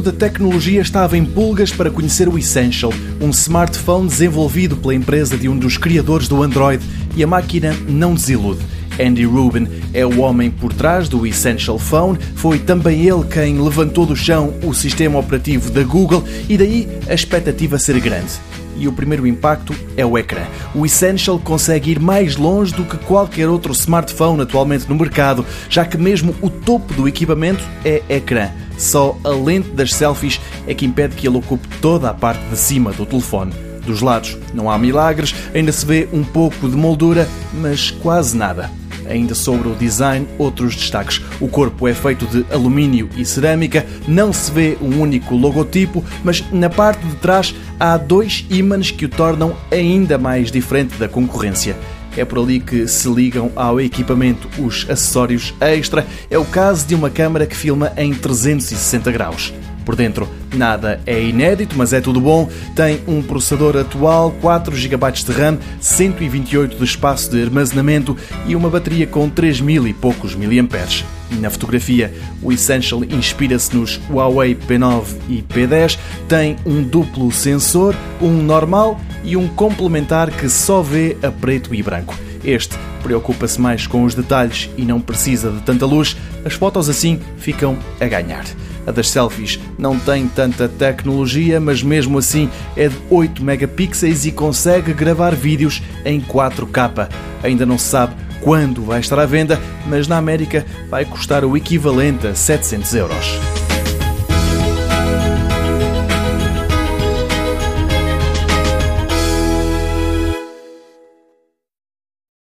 da tecnologia estava em pulgas para conhecer o Essential, um smartphone desenvolvido pela empresa de um dos criadores do Android, e a máquina não desilude. Andy Rubin é o homem por trás do Essential Phone, foi também ele quem levantou do chão o sistema operativo da Google e daí a expectativa ser grande. E o primeiro impacto é o ecrã. O Essential consegue ir mais longe do que qualquer outro smartphone atualmente no mercado, já que mesmo o topo do equipamento é ecrã. Só a lente das selfies é que impede que ele ocupe toda a parte de cima do telefone. Dos lados não há milagres, ainda se vê um pouco de moldura, mas quase nada. Ainda sobre o design, outros destaques. O corpo é feito de alumínio e cerâmica, não se vê um único logotipo, mas na parte de trás há 2 ímãs que o tornam ainda mais diferente da concorrência. É por ali que se ligam ao equipamento os acessórios extra. É o caso de uma câmara que filma em 360 graus. Por dentro, nada é inédito, mas é tudo bom. Tem um processador atual, 4 GB de RAM, 128 de espaço de armazenamento e uma bateria com 3.000 e poucos miliamperes. Na fotografia, o Essential inspira-se nos Huawei P9 e P10. Tem um duplo sensor, um normal e um complementar que só vê a preto e branco. Este preocupa-se mais com os detalhes e não precisa de tanta luz. As fotos assim ficam a ganhar. A das selfies não tem tanta tecnologia, mas mesmo assim é de 8 megapixels e consegue gravar vídeos em 4K. Ainda não se sabe quando vai estar à venda, mas na América vai custar o equivalente a 700 €.